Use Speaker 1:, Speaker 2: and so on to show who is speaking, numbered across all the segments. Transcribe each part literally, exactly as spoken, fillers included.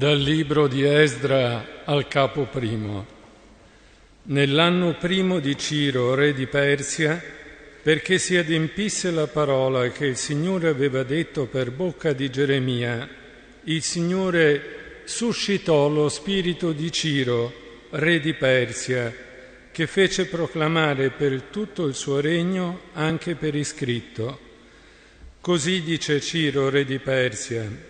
Speaker 1: Dal libro di Esdra al capo primo. Nell'anno primo di Ciro, re di Persia, perché si adempisse la parola che il Signore aveva detto per bocca di Geremia, il Signore suscitò lo spirito di Ciro, re di Persia, che fece proclamare per tutto il suo regno anche per iscritto. Così dice Ciro, re di Persia: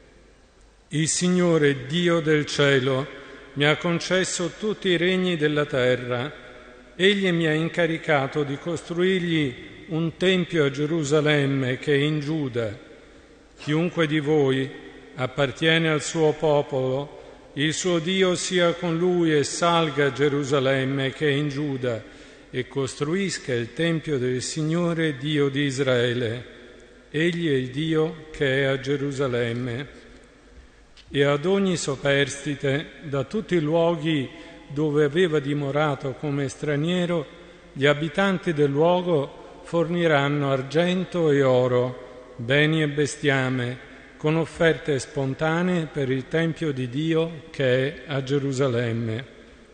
Speaker 1: il Signore, Dio del cielo, mi ha concesso tutti i regni della terra. Egli mi ha incaricato di costruirgli un tempio a Gerusalemme che è in Giuda. Chiunque di voi appartiene al suo popolo, il suo Dio sia con lui e salga a Gerusalemme che è in Giuda e costruisca il tempio del Signore, Dio di Israele. Egli è il Dio che è a Gerusalemme. E ad ogni superstite, da tutti i luoghi dove aveva dimorato come straniero, gli abitanti del luogo forniranno argento e oro, beni e bestiame, con offerte spontanee per il Tempio di Dio che è a Gerusalemme.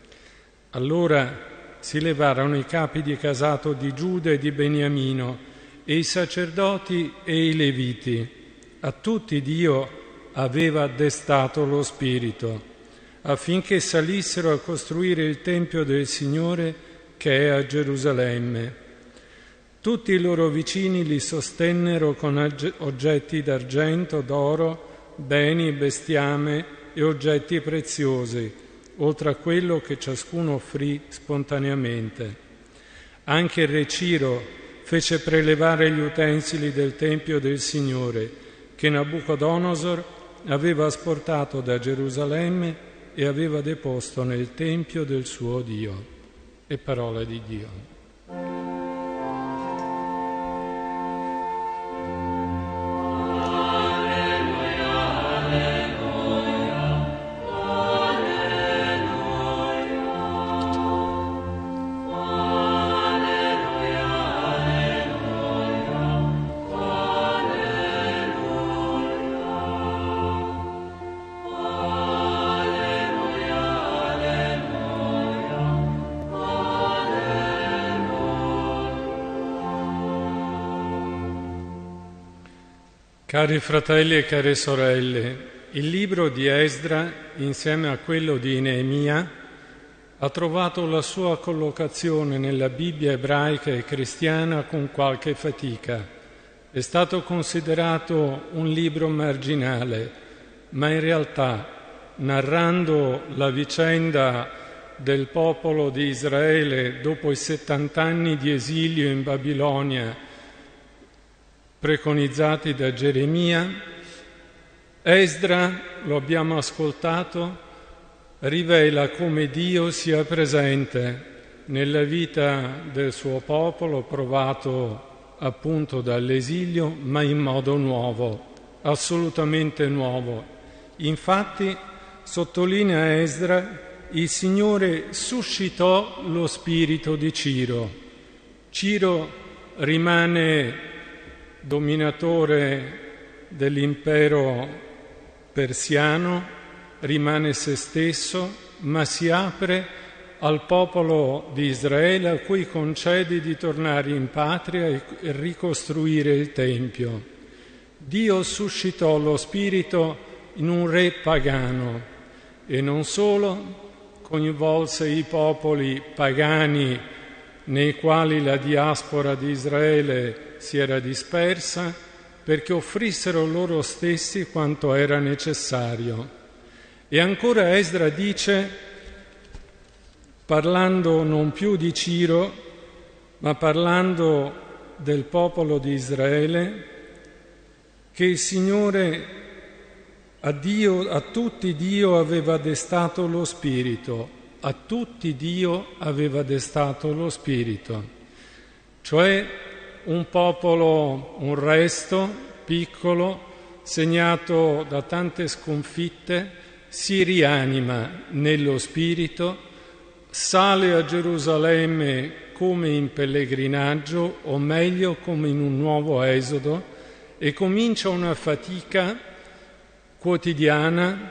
Speaker 1: Allora si levarono i capi di casato di Giuda e di Beniamino, e i sacerdoti e i leviti. A tutti Dio aveva destato lo spirito, affinché salissero a costruire il Tempio del Signore che è a Gerusalemme. Tutti i loro vicini li sostennero con oggetti d'argento, d'oro, beni, bestiame e oggetti preziosi, oltre a quello che ciascuno offrì spontaneamente. Anche il re Ciro fece prelevare gli utensili del Tempio del Signore, che Nabucodonosor aveva asportato da Gerusalemme e aveva deposto nel Tempio del suo Dio. E parola di Dio. Cari fratelli e care sorelle, il libro di Esdra, insieme a quello di Neemia, ha trovato la sua collocazione nella Bibbia ebraica e cristiana con qualche fatica. È stato considerato un libro marginale, ma in realtà, narrando la vicenda del popolo di Israele dopo i settant'anni di esilio in Babilonia, preconizzati da Geremia, Esdra, lo abbiamo ascoltato, rivela come Dio sia presente nella vita del suo popolo, provato appunto dall'esilio, ma in modo nuovo, assolutamente nuovo. Infatti, sottolinea Esdra, il Signore suscitò lo spirito di Ciro. Ciro rimane dominatore dell'impero persiano, rimane se stesso, ma si apre al popolo di Israele, a cui concede di tornare in patria e ricostruire il Tempio. Dio suscitò lo spirito in un re pagano e non solo, coinvolse i popoli pagani nei quali la diaspora di Israele si era dispersa, perché offrissero loro stessi quanto era necessario. E ancora Esdra dice, parlando non più di Ciro, ma parlando del popolo di Israele, che il Signore a Dio, a tutti Dio aveva destato lo spirito, a tutti Dio aveva destato lo spirito, cioè un popolo, un resto piccolo, segnato da tante sconfitte, si rianima nello spirito, sale a Gerusalemme come in pellegrinaggio, o meglio come in un nuovo esodo, e comincia una fatica quotidiana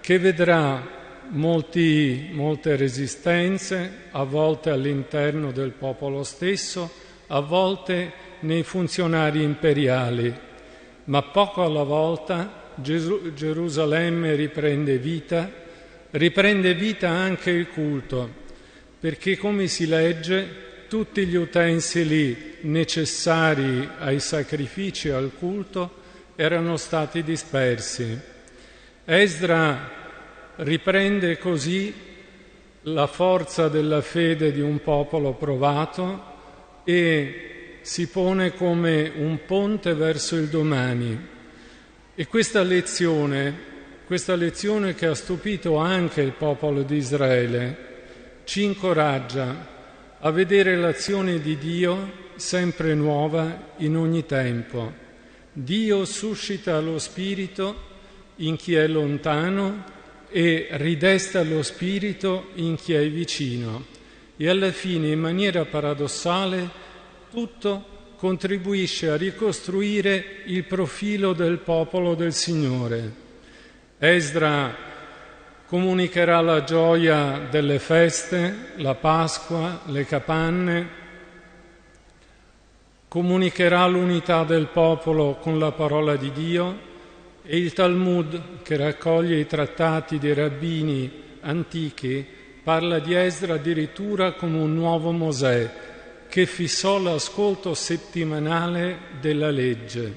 Speaker 1: che vedrà molti, molte resistenze, a volte all'interno del popolo stesso, a volte nei funzionari imperiali, ma poco alla volta Gesù, Gerusalemme riprende vita, riprende vita anche il culto, perché come si legge tutti gli utensili necessari ai sacrifici e al culto erano stati dispersi. Esdra riprende così la forza della fede di un popolo provato e si pone come un ponte verso il domani. E questa lezione, questa lezione che ha stupito anche il popolo di Israele, ci incoraggia a vedere l'azione di Dio sempre nuova in ogni tempo. Dio suscita lo spirito in chi è lontano e ridesta lo spirito in chi è vicino. E alla fine, in maniera paradossale, tutto contribuisce a ricostruire il profilo del popolo del Signore. Esdra comunicherà la gioia delle feste, la Pasqua, le capanne, comunicherà l'unità del popolo con la parola di Dio e il Talmud, che raccoglie i trattati dei rabbini antichi, parla di Esdra addirittura come un nuovo Mosè che fissò l'ascolto settimanale della legge.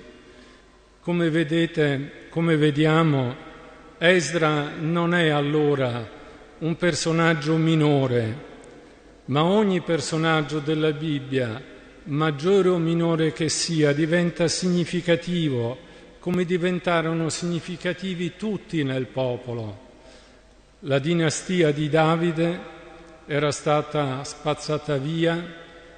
Speaker 1: Come vedete, come vediamo, Esdra non è allora un personaggio minore, ma ogni personaggio della Bibbia, maggiore o minore che sia, diventa significativo, come diventarono significativi tutti nel popolo. La dinastia di Davide era stata spazzata via,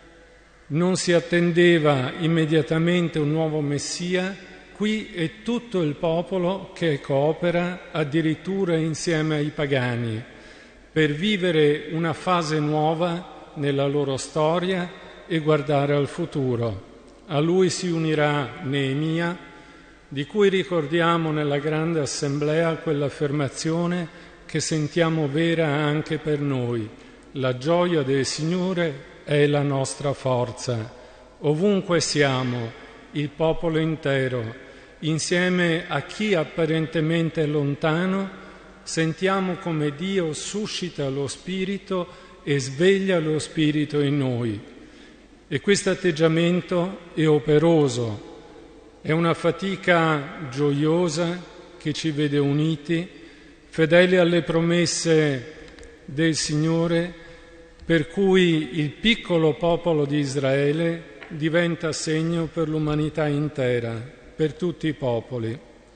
Speaker 1: non si attendeva immediatamente un nuovo Messia. Qui è tutto il popolo che coopera addirittura insieme ai pagani per vivere una fase nuova nella loro storia e guardare al futuro. A lui si unirà Neemia, di cui ricordiamo nella grande assemblea quell'affermazione che sentiamo vera anche per noi: la gioia del Signore è la nostra forza. Ovunque siamo, il popolo intero, insieme a chi apparentemente è lontano, sentiamo come Dio suscita lo Spirito e sveglia lo Spirito in noi. E questo atteggiamento è operoso, è una fatica gioiosa che ci vede uniti, fedeli alle promesse del Signore, per cui il piccolo popolo di Israele diventa segno per l'umanità intera, per tutti i popoli.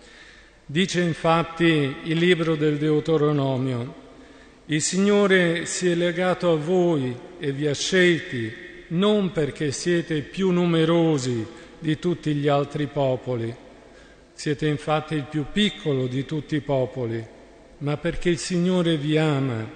Speaker 1: Dice infatti il libro del Deuteronomio: il Signore si è legato a voi e vi ha scelti non perché siete più numerosi di tutti gli altri popoli, siete infatti il più piccolo di tutti i popoli, ma perché il Signore vi ama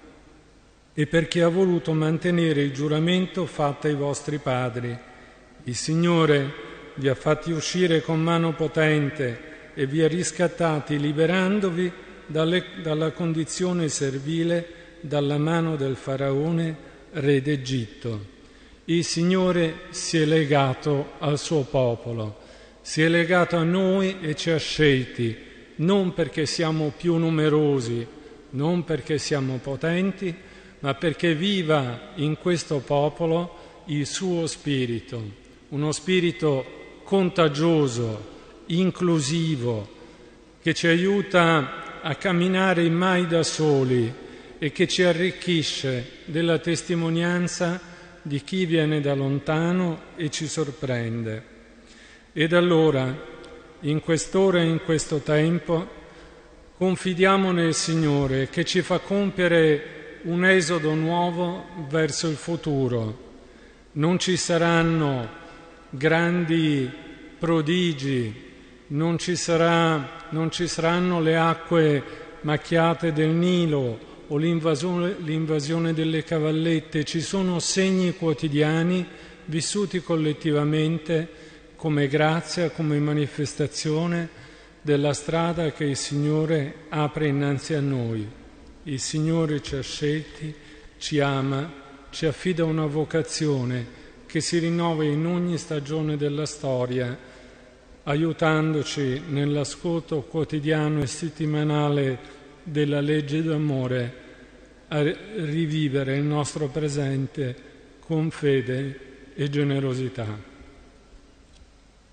Speaker 1: e perché ha voluto mantenere il giuramento fatto ai vostri padri. Il Signore vi ha fatti uscire con mano potente e vi ha riscattati liberandovi dalle, dalla condizione servile, dalla mano del Faraone, re d'Egitto. Il Signore si è legato al suo popolo, si è legato a noi e ci ha scelti, non perché siamo più numerosi, non perché siamo potenti, ma perché viva in questo popolo il suo spirito, uno spirito contagioso, inclusivo, che ci aiuta a camminare mai da soli e che ci arricchisce della testimonianza di chi viene da lontano e ci sorprende. Ed allora, in quest'ora e in questo tempo, confidiamo nel Signore che ci fa compiere un esodo nuovo verso il futuro. Non ci saranno grandi prodigi, non ci sarà, non ci saranno le acque macchiate del Nilo o l'invasione, l'invasione delle cavallette. Ci sono segni quotidiani vissuti collettivamente come grazia, come manifestazione della strada che il Signore apre innanzi a noi. Il Signore ci ha scelti, ci ama, ci affida una vocazione che si rinnova in ogni stagione della storia, aiutandoci nell'ascolto quotidiano e settimanale della legge d'amore a rivivere il nostro presente con fede e generosità.